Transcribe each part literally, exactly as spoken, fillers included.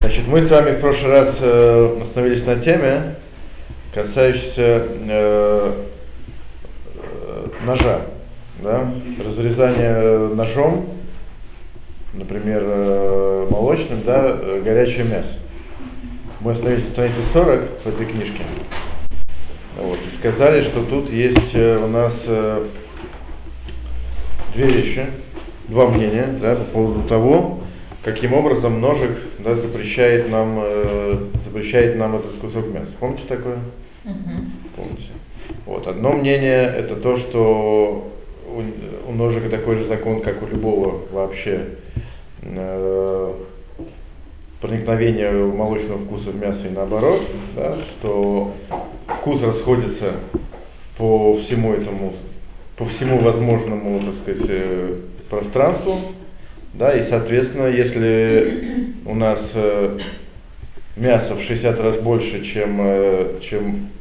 Значит, мы с вами в прошлый раз э, остановились на теме, касающейся э, э, ножа, да? Разрезания ножом, например, э, молочным, да, э, горячее мясо. Мы остановились на странице сорок в этой книжке. Вот, и сказали, что тут есть э, у нас э, две вещи, два мнения, да, по поводу того, каким образом ножик, да, запрещает нам, э, запрещает нам этот кусок мяса. Помните такое? Uh-huh. Помните. Вот. Одно мнение это то, что у, у ножика такой же закон, как у любого вообще э, проникновения молочного вкуса в мясо и наоборот, да, что вкус расходится по всему этому, по всему возможному, так сказать, пространству. Да, и, соответственно, если у нас э, мясо в шестьдесят раз больше, чем, э, чем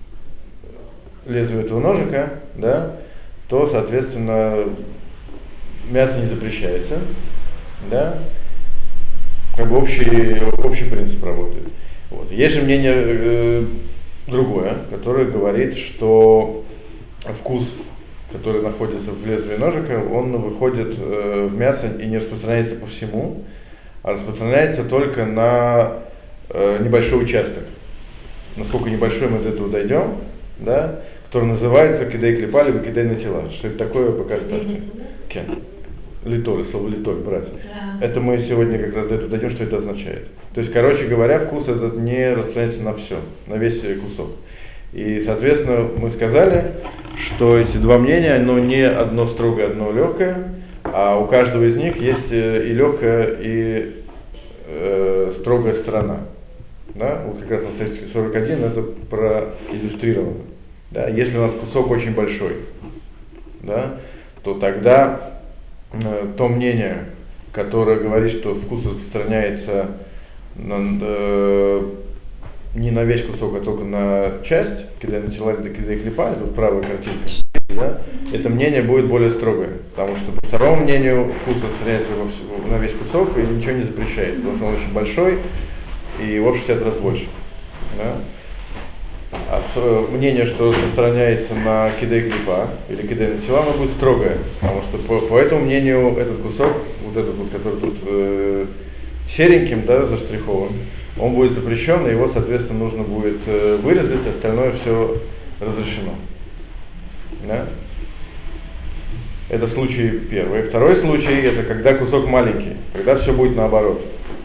лезвие этого ножика, да, то, соответственно, мясо не запрещается. Да, как бы общий, общий принцип работает. Вот. Есть же мнение э, другое, которое говорит, что вкус, который находится в лезвии ножика, он выходит э, в мясо и не распространяется по всему, а распространяется только на э, небольшой участок. Насколько небольшой мы до этого дойдем, да, который называется кидай клипа, либо кидай на тела. Что это такое, пока ставьте. Кен. Литоль, слово литоль, брать. Да. Это мы сегодня как раз до этого дойдем, что это означает. То есть, короче говоря, вкус этот не распространяется на все, на весь кусок. И, соответственно, мы сказали, что эти два мнения, оно не одно строгое, одно легкое, а у каждого из них есть и легкая, и э, строгая сторона. Да? Вот как раз на странице сорок один это проиллюстрировано. Да? Если у нас кусок очень большой, да, то тогда э, то мнение, которое говорит, что вкус распространяется на, э, не на весь кусок, а только на часть, кидай на тела, кидай клипа, это правая картинка, да, это мнение будет более строгое, потому что по второму мнению вкус распространяется на весь кусок и ничего не запрещает, потому что он очень большой и его в шестьдесят раз больше. Да? А с, мнение, что распространяется на кидай клипа или кидай на тела, оно будет строгое, потому что по, по этому мнению этот кусок, вот этот вот, который тут э, сереньким, да, заштрихован, он будет запрещен, и его, соответственно, нужно будет э, вырезать, остальное все разрешено. Да? Это случай первый. Второй случай, это когда кусок маленький, когда все будет наоборот.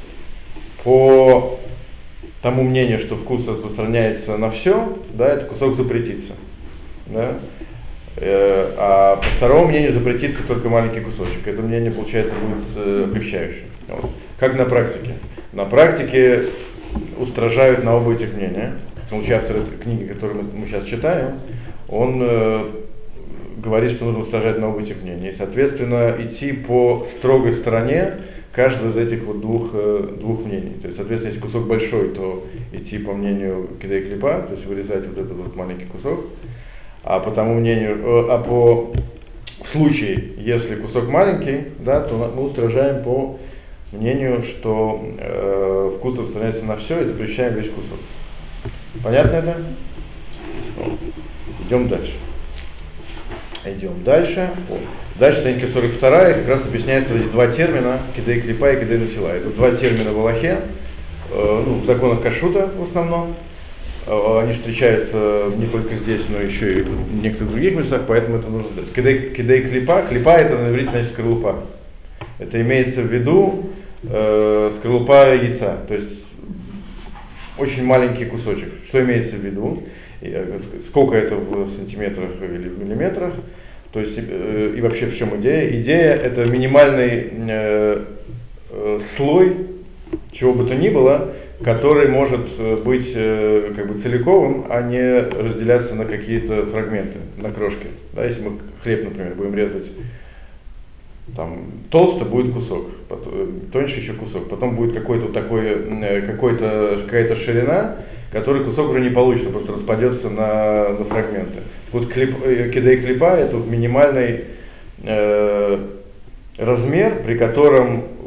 По тому мнению, что вкус распространяется на все, да, этот кусок запретится. Да? Э, а по второму мнению запретится только маленький кусочек. Это мнение, получается, будет э, облегчающим. Вот. Как на практике? На практике устражают на оба этих мнения. В случае автора книги, которую мы, мы сейчас читаем, он э, говорит, что нужно устражать на оба этих мнения. И, соответственно, идти по строгой стороне каждого из этих вот двух, э, двух мнений. То есть, соответственно, если кусок большой, то идти по мнению кидай клипа, то есть вырезать вот этот вот маленький кусок. А по тому мнению, э, а по случаю, если кусок маленький, да, то мы устражаем по мнению, что э, вкус распространяется на все и запрещаем весь кусок. Понятно это? Ну, идем дальше. Идем дальше. Вот. Дальше страница сорок два как раз объясняются эти два термина кидай клипа и кидай на тела. Это два термина в Алахе, э, ну, в законах кашрута в основном. Э, они встречаются не только здесь, но еще и в некоторых других местах, поэтому это нужно знать. Кидай, кидай клипа, клипа это на иврите значит скорлупа. Это имеется в виду э, скорлупа яйца, то есть очень маленький кусочек. Что имеется в виду? И, э, сколько это в сантиметрах или в миллиметрах? То есть э, и вообще в чем идея? Идея это минимальный э, э, слой чего бы то ни было, который может быть э, как бы целиковым, а не разделяться на какие-то фрагменты, на крошки. Да, если мы хлеб, например, будем резать, там толсто будет кусок, потом, тоньше еще кусок, потом будет какой-то вот такой, какой-то, какая-то ширина, который кусок уже не получится, просто распадется на, на фрагменты. Вот клип, кидай клипа это минимальный э, размер, при котором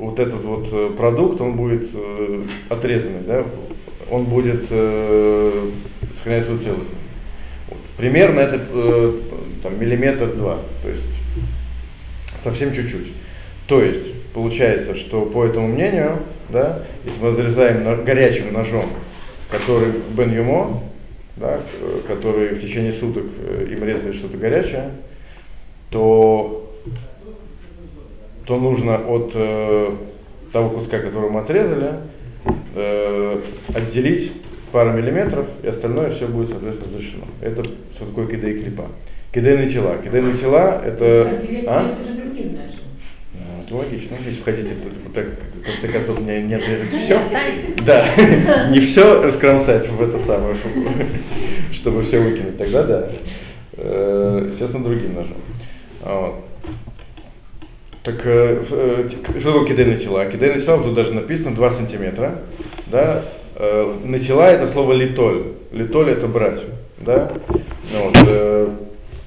вот этот вот продукт, он будет э, отрезанный, да? Он будет э, сохранять свою целостность. Вот. Примерно это э, там, миллиметр-два, то есть совсем чуть-чуть. То есть получается, что по этому мнению, да, если мы разрезаем горячим ножом, который бен юмо, да, который в течение суток им резали что-то горячее, то, то нужно от э, того куска, который мы отрезали, э, отделить пару миллиметров, и остальное все будет, соответственно, разрешено. Это что такое кидей клипа. Кидей на тела. Кидей на тела это... А? Это логично. Если хотите, так, в конце концов, не, не отрезать все. Да, не все раскромсать в это самое, чтобы все выкинуть. Тогда да. Естественно, другим ножом. Вот. Так, что такое кидей на тела? Кидей на тела, тут даже написано два сантиметра. Да? На тела это слово литоль. Литоль это брать. Да? Вот.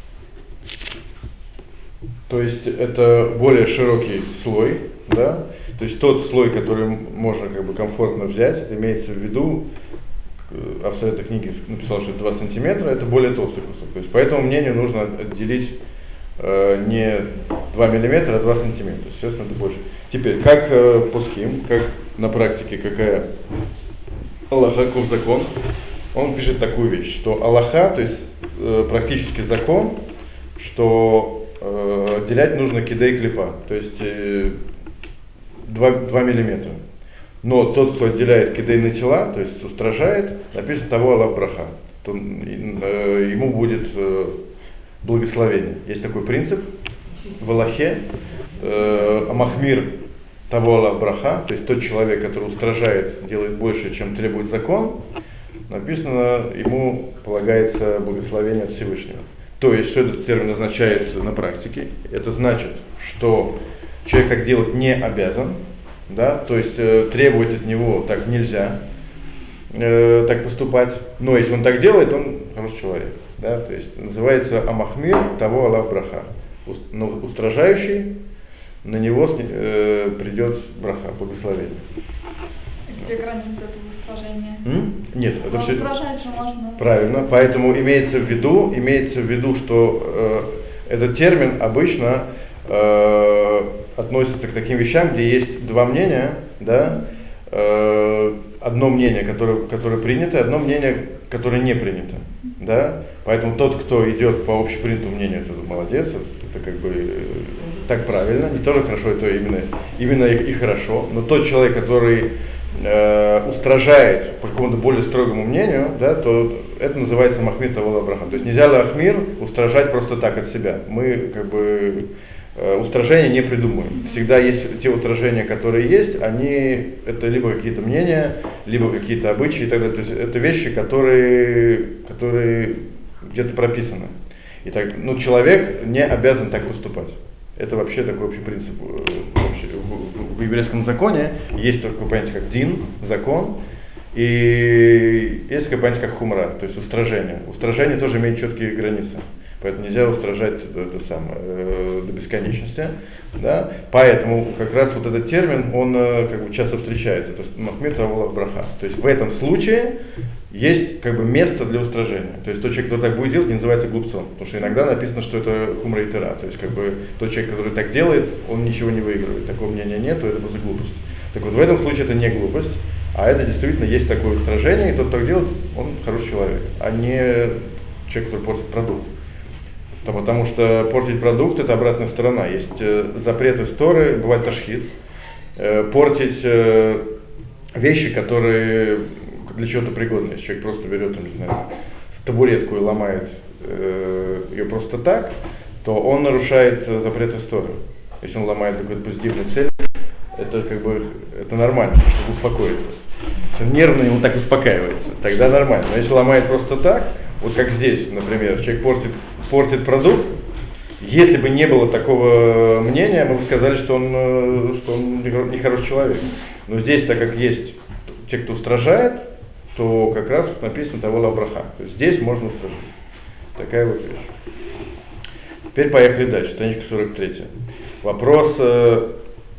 То есть это более широкий слой, да? То есть тот слой, который можно как бы комфортно взять, это имеется в виду, автор этой книги написал, что это два сантиметра, это более толстый кусок. То есть по этому мнению нужно отделить э, не два миллиметра, а два сантиметра. Естественно, это больше. Теперь, как э, пуским, как на практике, какая Аллаха, каков закон, он пишет такую вещь, что Аллаха, то есть э, практически закон, что отделять нужно кидей клипа, то есть э, два миллиметра. Но тот, кто отделяет кидей на тела, то есть устражает, написано того Аллах браха, то, э, ему будет э, благословение. Есть такой принцип в Аллахе, э, амахмир того Аллах браха, то есть тот человек, который устражает, делает больше, чем требует закон, написано, ему полагается благословение от Всевышнего. То есть, что этот термин означает на практике? Это значит, что человек так делать не обязан, да? То есть э, требовать от него так нельзя, э, так поступать. Но если он так делает, он хороший человек. Да? То есть называется амахмир того Аллах браха. Но устражающий, на него э, придет браха, благословение. Где граница этого устражения? М? Нет, это все устражать же можно. Правильно, поэтому имеется в виду, имеется в виду, что э, этот термин обычно э, относится к таким вещам, где есть два мнения, да, э, одно мнение, которое, которое принято, одно мнение, которое не принято, да, поэтому тот, кто идет по общепринятому мнению, это молодец, это как бы э, так правильно, не тоже хорошо, это именно, именно и, и хорошо, но тот человек, который Э, устражает по какому-то более строгому мнению, да, то это называется махмир того браха. То есть нельзя лахмир устражать просто так от себя. Мы как бы э, устражения не придумываем. Всегда есть те устражения, которые есть, они это либо какие-то мнения, либо какие-то обычаи и так далее. То есть это вещи, которые, которые где-то прописаны. И так, ну, человек не обязан так поступать. Это вообще такой общий принцип вообще, в, в, в еврейском законе. Есть такое понятие, как дин, закон, и есть такое понятие, как хумра, то есть устражение. Устражение тоже имеет четкие границы, поэтому нельзя устражать это самое, э, до бесконечности. Да? Поэтому как раз вот этот термин, он э, как бы часто встречается, то есть махмир того браха. То есть в этом случае есть как бы место для устражения. То есть тот человек, который так будет делать, не называется глупцом. Потому что иногда написано, что это хумра и тера. То есть как бы тот человек, который так делает, он ничего не выигрывает. Такого мнения нет, то это просто глупость. Так вот в этом случае это не глупость, а это действительно есть такое устражение, и тот, кто так делает, он хороший человек, а не человек, который портит продукт. Потому что портить продукт — это обратная сторона. Есть запреты с Торы, бывает ташхит, портить вещи, которые для чего-то пригодны. Если человек просто берет, там, не знаю, табуретку и ломает э, ее просто так, то он нарушает запреты Торы. Если он ломает какую-то позитивную цель, это как бы это нормально, чтобы успокоиться. Если он нервно, ему так успокаивается, тогда нормально. Но если ломает просто так, вот как здесь, например, человек портит, портит продукт, если бы не было такого мнения, мы бы сказали, что он, что он нехороший человек. Но здесь, так как есть те, кто устражает, то как раз написано того лабраха. То есть здесь можно устражить. Такая вот вещь. Теперь поехали дальше. Страничка сорок три. Вопрос,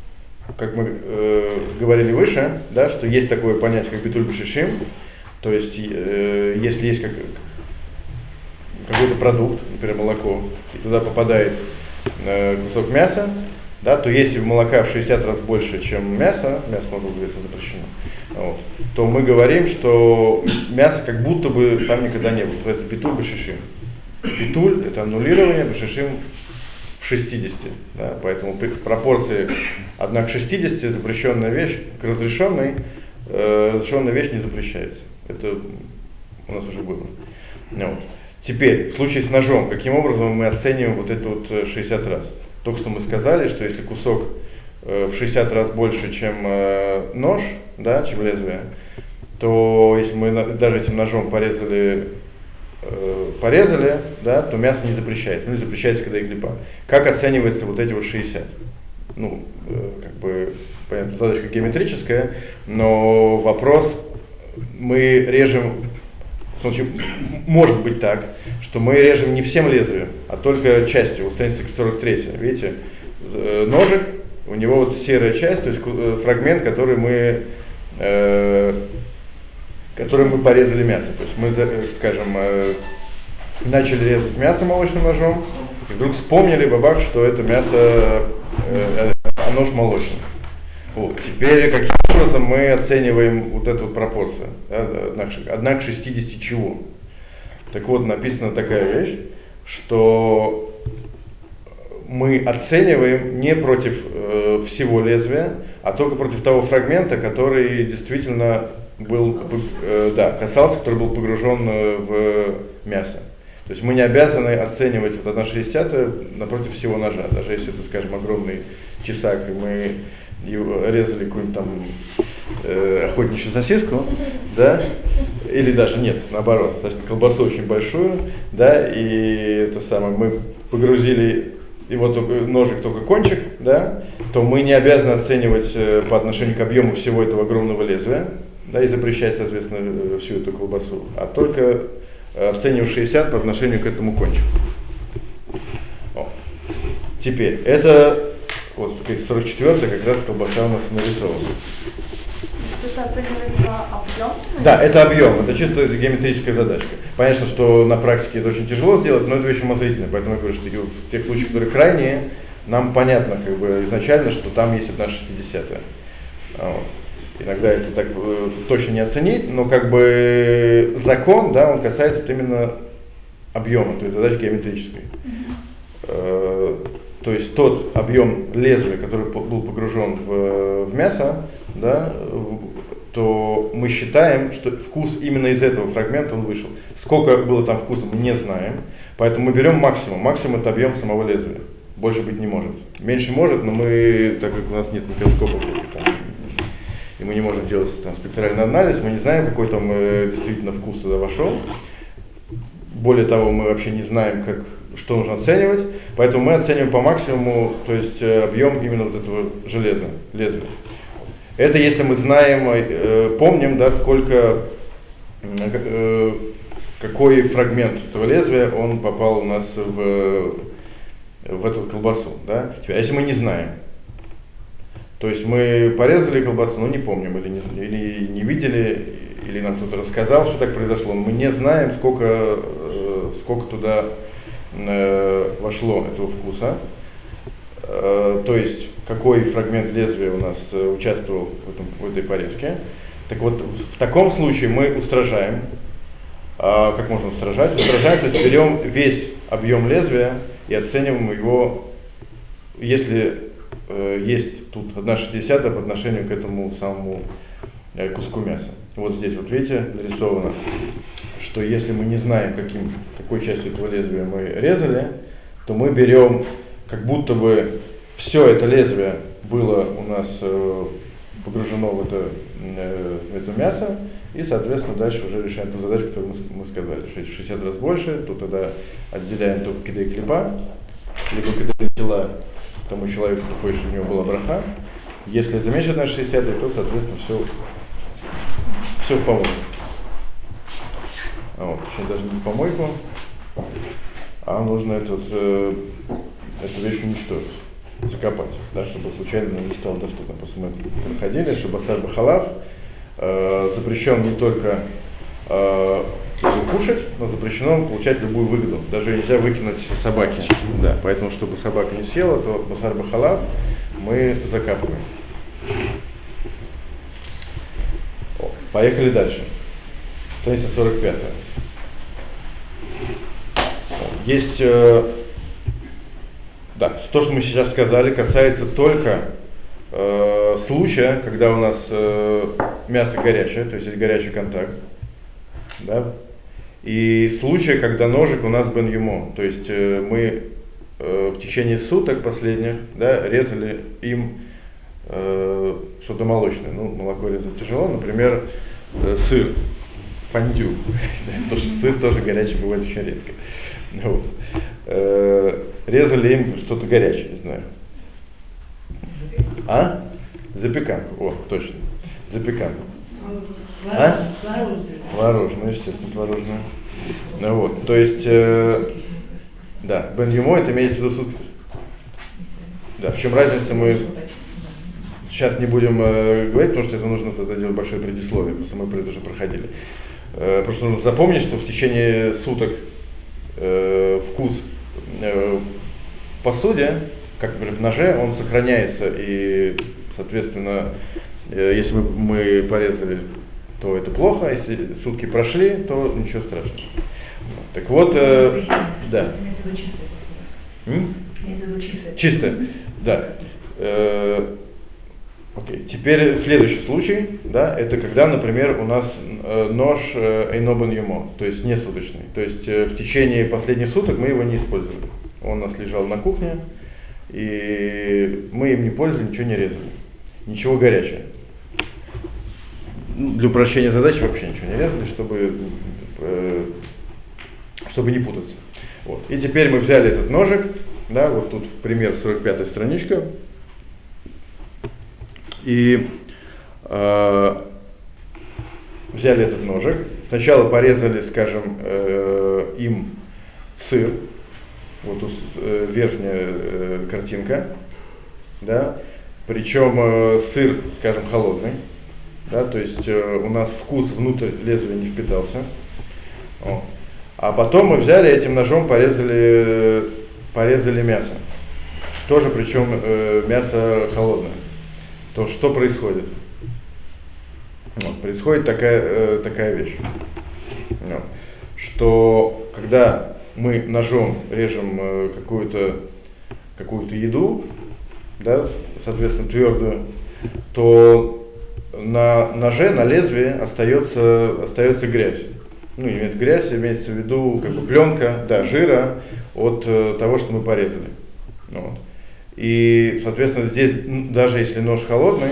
как мы э, говорили выше, да, что есть такое понятие, как битуль бешишим, то есть э, если есть как, какой-то продукт, например, молоко, и туда попадает э, кусок мяса, да, то если молока в шестьдесят раз больше, чем мясо, мясо, могу говорить, запрещено, вот, то мы говорим, что мясо как будто бы там никогда не было. Называется битуль бешишим. Битуль — это аннулирование, бешишим в шестидесяти. Да, поэтому в пропорции одна к шестидесяти запрещенная вещь к разрешенной, э, разрешенная вещь не запрещается. Это у нас уже было. Вот. Теперь, в случае с ножом, каким образом мы оцениваем вот это вот шестьдесят раз? Только что мы сказали, что если кусок э, в шестьдесят раз больше, чем э, нож, да, чем лезвие, то если мы на, даже этим ножом порезали, э, порезали, да, то мясо не запрещается. Ну, не запрещается, когда и клепа. Как оценивается вот эти вот шестьдесят? Ну, э, как бы, понятно, задачка геометрическая, но вопрос, мы режем, в случае, может быть так, что мы режем не всем лезвием, а только частью. Вот страница сорок три, видите, ножик, у него вот серая часть, то есть фрагмент, который мы, э, который мы порезали мясо. То есть мы, скажем, э, начали резать мясо молочным ножом, и вдруг вспомнили, бабах, что это мясо, э, а нож молочный. Вот. Теперь каким образом мы оцениваем вот эту пропорцию? одна к шестидесяти чего? Так вот, написана такая вещь, что мы оцениваем не против э, всего лезвия, а только против того фрагмента, который действительно был, э, да, касался, который был погружен в мясо. То есть мы не обязаны оценивать вот одна шестидесятая напротив всего ножа, даже если это, скажем, огромный тесак, и мы резали какую-нибудь там э, охотничью сосиску, да, или даже нет, наоборот, то есть колбасу очень большую, да, и это самое, мы погрузили, и вот ножик только кончик, да, то мы не обязаны оценивать э, по отношению к объему всего этого огромного лезвия, да, и запрещать, соответственно, всю эту колбасу, а только оцениваем шестьдесят по отношению к этому кончику. О. Теперь, это вот сорок четвёртая как раз колбаса у нас нарисована. Это оценивается объем? Да, это объем, это чисто геометрическая задачка. Понятно, что на практике это очень тяжело сделать, но это вещь умозрительная, поэтому я говорю, что в тех случаях, которые крайние, нам понятно как бы изначально, что там есть одна шестидесятая. Вот. Иногда это так э, точно не оценить, но как бы закон, да, он касается именно объема, то есть задачи геометрической. Mm-hmm. Э, то есть тот объем лезвия, который был погружен в, в мясо, да, в, то мы считаем, что вкус именно из этого фрагмента он вышел. Сколько было там вкуса, мы не знаем, поэтому мы берем максимум. Максимум это объем самого лезвия. Больше быть не может. Меньше может, но мы, так как у нас нет микроскопов, там, и мы не можем делать там спектральный анализ, мы не знаем, какой там э, действительно вкус туда вошел. Более того, мы вообще не знаем, как, что нужно оценивать, поэтому мы оцениваем по максимуму, то есть э, объем именно вот этого железа, лезвия. Это если мы знаем, э, помним, да, сколько, э, какой фрагмент этого лезвия он попал у нас в, в эту колбасу. Да? Теперь, если мы не знаем, то есть мы порезали колбасу, но не помним, или не, или не видели, или нам кто-то рассказал, что так произошло, но мы не знаем, сколько, э, сколько туда э, вошло этого вкуса, э, то есть какой фрагмент лезвия у нас э, участвовал в, этом, в этой порезке. Так вот, в, в таком случае мы устражаем. А как можно устражать? Устражаем, то есть берем весь объем лезвия и оцениваем его, если э, есть тут одна шестидесятая по отношению к этому самому э, куску мяса. Вот здесь, вот видите, нарисовано, что если мы не знаем, каким, какой частью этого лезвия мы резали, то мы берем, как будто бы все это лезвие было у нас э, погружено в это, э, в это мясо, и, соответственно, дальше уже решаем ту задачу, которую мы, мы сказали, что если шестьдесят раз больше, то тогда отделяем только кидей клипа, либо кидей тела тому человеку, кто хочет, чтобы у него была браха. Если это меньше одна шестидесятая, то, соответственно, все, все в помойку. Вот, точнее, даже не в помойку, а нужно этот, э, эту вещь уничтожить. закопать, да, чтобы случайно не стало доступно. Просто мы проходили, что басар бахалав э, запрещен не только э, кушать, но запрещено получать любую выгоду. Даже нельзя выкинуть собаки. Да, поэтому, чтобы собака не съела, то басар бахалав мы закапываем. О, поехали дальше. Страница сорок пятая. Есть, э, да, то, что мы сейчас сказали, касается только э, случая, когда у нас э, мясо горячее, то есть есть горячий контакт, да, и случая, когда ножик у нас бен юмо, то есть э, мы э, в течение суток последних, да, резали им э, что-то молочное. Ну, молоко резать тяжело, например, э, сыр, фондю, потому что сыр тоже горячий бывает очень редко. Вот. Э, резали им что-то горячее, не знаю. А? Запеканку. О, точно. Запеканку. А? Творожную, естественно, творожную. Ну вот, то есть, э, да, бен юмо это имеется в виду сутки. Да, в чем разница, мы сейчас не будем э, говорить, потому что это нужно тогда делать большое предисловие, просто мы это уже проходили. Э, просто нужно запомнить, что в течение суток э, вкус э, в посуде, как, например, в ноже, он сохраняется, и, соответственно, э, если мы, мы порезали, то это плохо, а если сутки прошли, то ничего страшного. Так вот, э, да. Имеется в виду чистая посуда. М? Имеется в виду чистая. Чистая, да. Э, окей. Теперь следующий случай, да, это когда, например, у нас э, нож эйно бен юмо, то есть не суточный. То есть э, в течение последних суток мы его не использовали. Он у нас лежал на кухне, и мы им не пользовались, ничего не резали. Ничего горячего. Для упрощения задачи вообще ничего не резали, чтобы, э, чтобы не путаться. Вот. И теперь мы взяли этот ножик, да, вот тут пример сорок пятая страничка, и э, взяли этот ножик, сначала порезали, скажем, э, им сыр, вот тут э, верхняя э, картинка, да, причем э, сыр, скажем, холодный. Да, то есть э, у нас вкус внутрь лезвия не впитался. О. А потом мы взяли этим ножом, порезали, порезали мясо. Тоже причем э, мясо холодное. То что происходит? Вот, происходит такая, э, такая вещь. Вот. Что когда мы ножом режем э, какую-то, какую-то еду, да, соответственно твердую, то на ноже, на лезвии остается, остается грязь. Ну, имеет грязь, имеется в виду как бы пленка, да, жира от э, того, что мы порезали. Вот. И, соответственно, здесь, даже если нож холодный,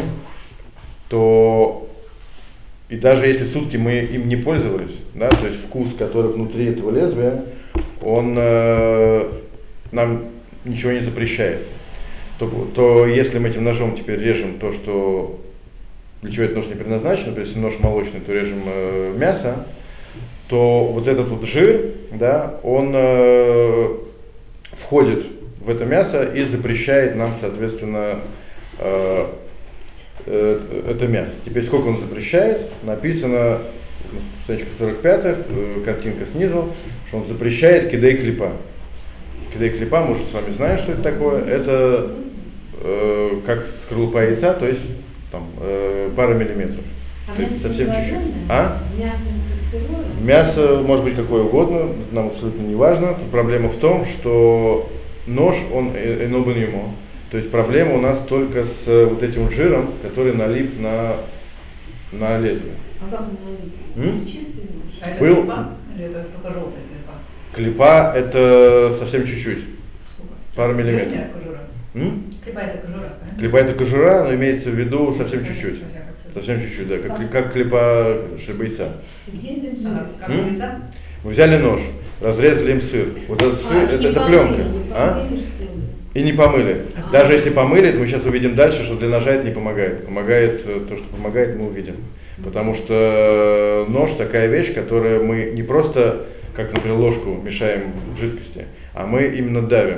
то и даже если сутки мы им не пользовались, да, то есть вкус, который внутри этого лезвия, он э, нам ничего не запрещает. То, то если мы этим ножом теперь режем то, что для чего этот нож не предназначен, например, если нож молочный, то режем э, мясо, то вот этот вот жир, да, он э, входит в это мясо и запрещает нам, соответственно, э, э, это мясо. Теперь сколько он запрещает? Написано на страничке сорок пятой, э, картинка снизу, что он запрещает кидей клипа. Кидей клипа, мы уже с вами знаем, что это такое. Это э, как скорлупа яйца, то есть там, э, пара миллиметров. А то есть совсем чуть-чуть. А? Мясо сырое? Мясо может быть какое угодно, нам абсолютно не важно. Тут проблема в том, что нож, он эйно бен юмо. То есть проблема у нас только с вот этим вот жиром, который налип на, на лезвие. А как он налип? М? Чистый нож? А это Был- клипа? Или это только желтая клипа? Клипа это совсем чуть-чуть, Сколько? пара миллиметров. Верхняя кожура? М? Клипа это кожура, правильно? Клипа это кожура, но имеется в виду совсем чуть-чуть. Совсем отсюда. Совсем чуть-чуть, да, как, как клипа шибайца. Где это жир? Ага, как М? яйца? Мы взяли нож, разрезали им сыр. Вот этот сыр, А, это, и не это помыли, пленка. не А? помыли, что ли? И не помыли. А. Даже если помыли, мы сейчас увидим дальше, что для ножа это не помогает. Помогает э, то, что помогает, мы увидим. Потому что э, нож такая вещь, которая мы не просто, как, например, ложку мешаем в жидкости, а мы именно давим.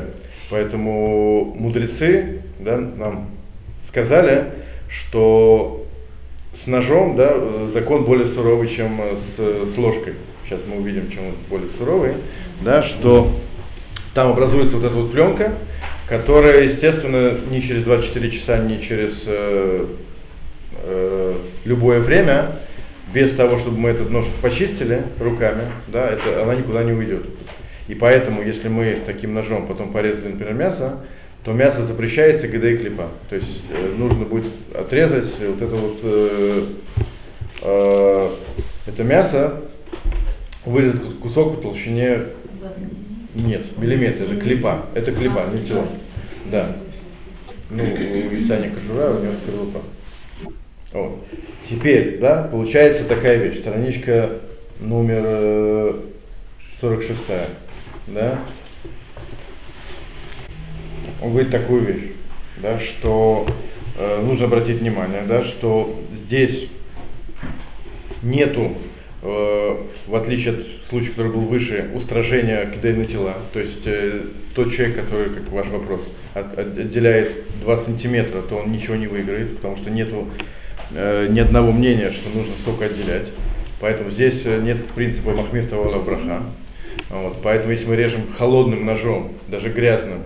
Поэтому мудрецы, да, нам сказали, что с ножом, да, закон более суровый, чем с, с ложкой. Сейчас мы увидим, чем он более суровый, да, что там образуется вот эта вот пленка, которая, естественно, ни через двадцать четыре часа, ни через э, э, любое время, без того, чтобы мы этот нож почистили руками, да, это, она никуда не уйдет. И поэтому, если мы таким ножом потом порезали, например, мясо, то мясо запрещается гедей клипа. То есть э, нужно будет отрезать вот это вот э, э, это мясо, вырезать кусок по толщине, нет, миллиметр, это клипа, это клипа, не тело. Да. Ну, у Исани кожура, у него скорлупа. Вот. Теперь, да, получается такая вещь, страничка номер э, сорок шесть, да. Он говорит такую вещь, да, что э, нужно обратить внимание, да, что здесь нету, э, в отличие от случая, который был выше, устражения кидей на тела. То есть э, тот человек, который, как ваш вопрос, от, отделяет два сантиметра, то он ничего не выиграет, потому что нету э, ни одного мнения, что нужно столько отделять. Поэтому здесь нет принципа махмир тавала браха. Вот, поэтому если мы режем холодным ножом, даже грязным,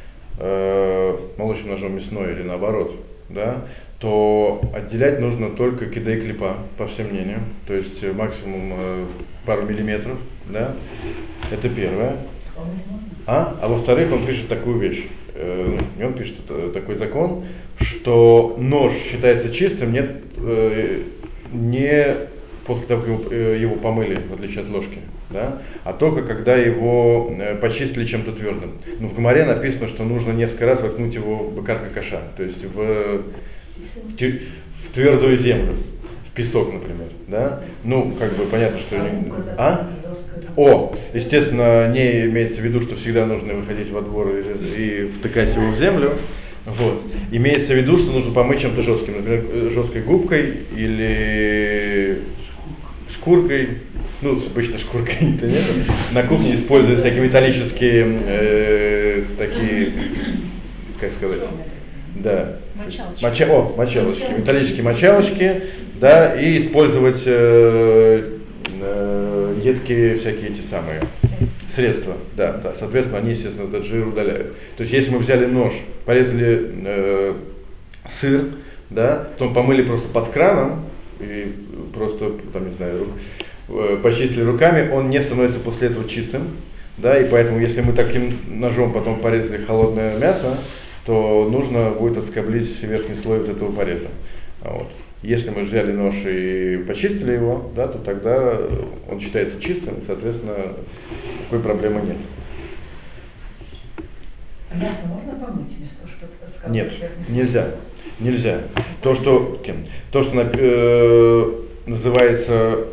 э, молочным ножом мясной или наоборот, да, то отделять нужно только кидей клипа, по всем мнениям, то есть максимум э, пару миллиметров, да, это первое. А, а во-вторых, он пишет такую вещь, э, он пишет э, такой закон, что нож считается чистым нет, э, не после того, как его, э, его помыли, в отличие от ложки, да, а только когда его э, почистили чем-то твердым. Ну, в Гемаре написано, что нужно несколько раз воткнуть его в бакарка каша, то есть в В, тю, в твердую землю, в песок, например, да? Ну, как бы понятно, что... А? О, естественно, не имеется в виду, что всегда нужно выходить во двор и, и втыкать его в землю. Вот. Имеется в виду, что нужно помыть чем-то жестким, например, жесткой губкой или шкуркой. Ну, обычно шкуркой никто нет. На кухне используют всякие металлические, э, такие, как сказать... Да. Мочалочки. Моча... О, мочалочки, металлические мочалочки, да, и использовать э, э, едкие всякие эти самые средства. средства, да, да, соответственно, они, естественно, этот жир удаляют. То есть, если мы взяли нож, порезали э, сыр, да, потом помыли просто под краном и просто, там, не знаю, э, почистили руками, он не становится после этого чистым, да, и поэтому, если мы таким ножом потом порезали холодное мясо, то нужно будет отскоблить верхний слой вот этого пореза. Вот. Если мы взяли нож и почистили его, да, то тогда он считается чистым, и, соответственно, такой проблемы нет. А мясо можно помыть вместо того, чтобы отскоблить? Нет, нельзя. Нельзя. То, что, то, что э, называется,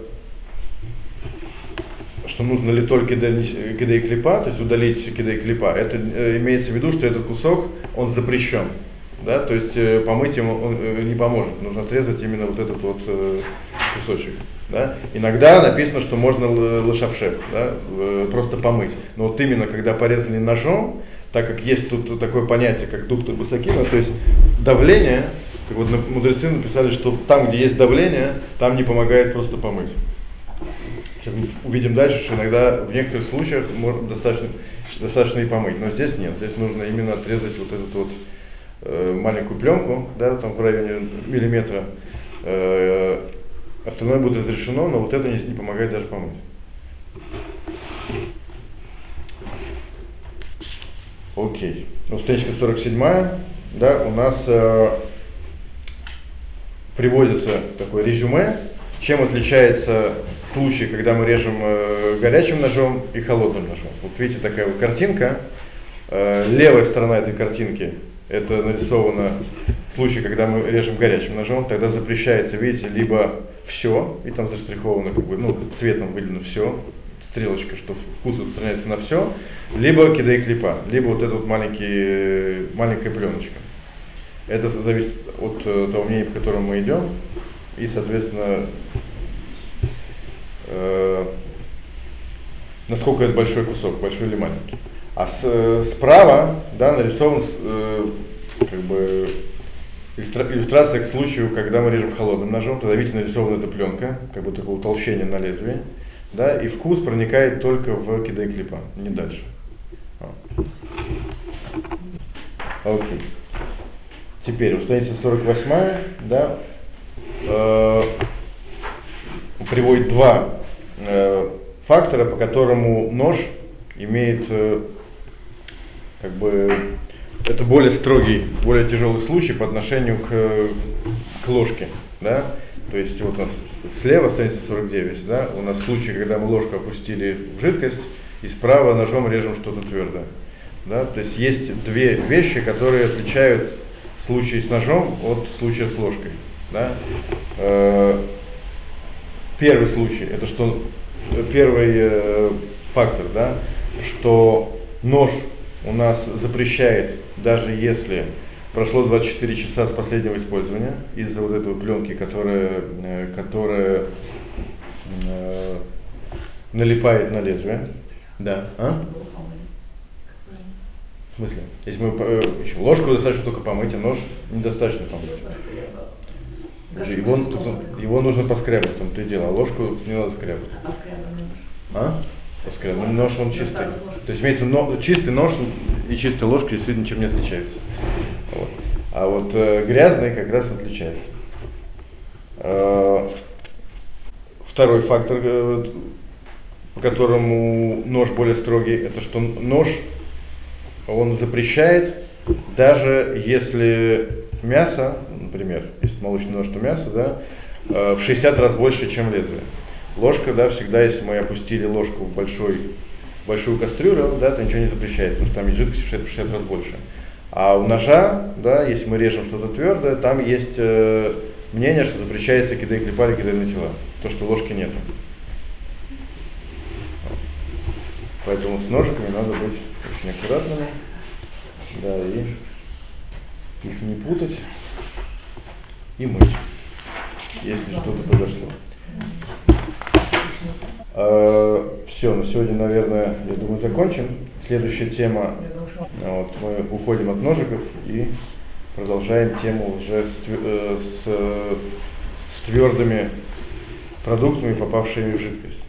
что нужно ли только кидей клипа, то есть удалить кидей клипа, это э, имеется в виду, что этот кусок, он запрещен. Да? То есть э, помыть ему он э, не поможет, нужно отрезать именно вот этот вот э, кусочек. Да? Иногда написано, что можно лошавшеп, да? э, просто помыть. Но вот именно когда порезали ножом, так как есть тут такое понятие, как дукту басакина, то есть давление, как вот мудрецы написали, что там, где есть давление, там не помогает просто помыть. Сейчас мы увидим дальше, что иногда в некоторых случаях можно достаточно, достаточно и помыть, но здесь нет, здесь нужно именно отрезать вот эту вот э, маленькую пленку, да, там в районе миллиметра, э, остальное будет разрешено, но вот это не, не помогает даже помыть. Окей, ну, страничка сорок семь, да, у нас э, приводится такое резюме, чем отличается случай, когда мы режем э, горячим ножом и холодным ножом. Вот видите, такая вот картинка. Э, левая сторона этой картинки, это нарисовано случай, когда мы режем горячим ножом, тогда запрещается, видите, либо все, и там заштриховано, как бы, ну, цветом выделено все, стрелочка, что вкус распространяется на все, либо кидей клипа, либо вот эта вот маленький, маленькая пленочка. Это зависит от того мнения, по которому мы идем, и, соответственно, э, насколько это большой кусок, большой или маленький. А с, справа, да, нарисован э, как бы иллюстра- иллюстрация к случаю, когда мы режем холодным ножом. Тогда, видите, нарисована эта пленка, как бы такое утолщение на лезвии. Да, и вкус проникает только в кидай клипа, не дальше. Окей. Теперь, у страницы сорок восемь, да, э, приводит два э, фактора, по которому нож имеет, э, как бы, это более строгий, более тяжелый случай по отношению к, к ложке, да. То есть вот у нас слева, страница сорок девять, да, у нас случай, когда мы ложку опустили в жидкость, и справа ножом режем что-то твердое. Да? То есть есть две вещи, которые отличают случай с ножом от случая с ложкой. Да? Э, первый случай, это что первый э, фактор, да, что нож у нас запрещает, даже если прошло двадцать четыре часа с последнего использования, из-за вот этой пленки, которая, э, которая э, налипает на лезвие. Да. А? В смысле? Если мы э, еще ложку достаточно только помыть, а нож недостаточно помыть. Его, его нужно поскрябать, в том-то и дело, а ложку не надо скрябать. А? Поскрябать. Нож он чистый. То есть имеется но, чистый нож и чистая ложка действительно ничем не отличаются. Вот. А вот э, грязный как раз отличается. Э, второй фактор, э, по которому нож более строгий, это что нож он запрещает, даже если мясо, например, если молочный нож, то мясо, да, э, в шестьдесят раз больше, чем лезвие. Ложка, да, всегда, если мы опустили ложку в большой, большую кастрюлю, да, то ничего не запрещается, потому что там есть жидкость в шестьдесят раз больше. А у ножа, да, если мы режем что-то твердое, там есть э, мнение, что запрещается кидай клипа или кидай на тела, то, что ложки нету. Поэтому с ножиками надо быть очень аккуратными, да, и их не путать, и мыть, если что-то произошло. А, все, на сегодня, наверное, я думаю, закончим. Следующая тема, вот, мы уходим от ножиков и продолжаем тему уже с, с, с твердыми продуктами, попавшими в жидкость.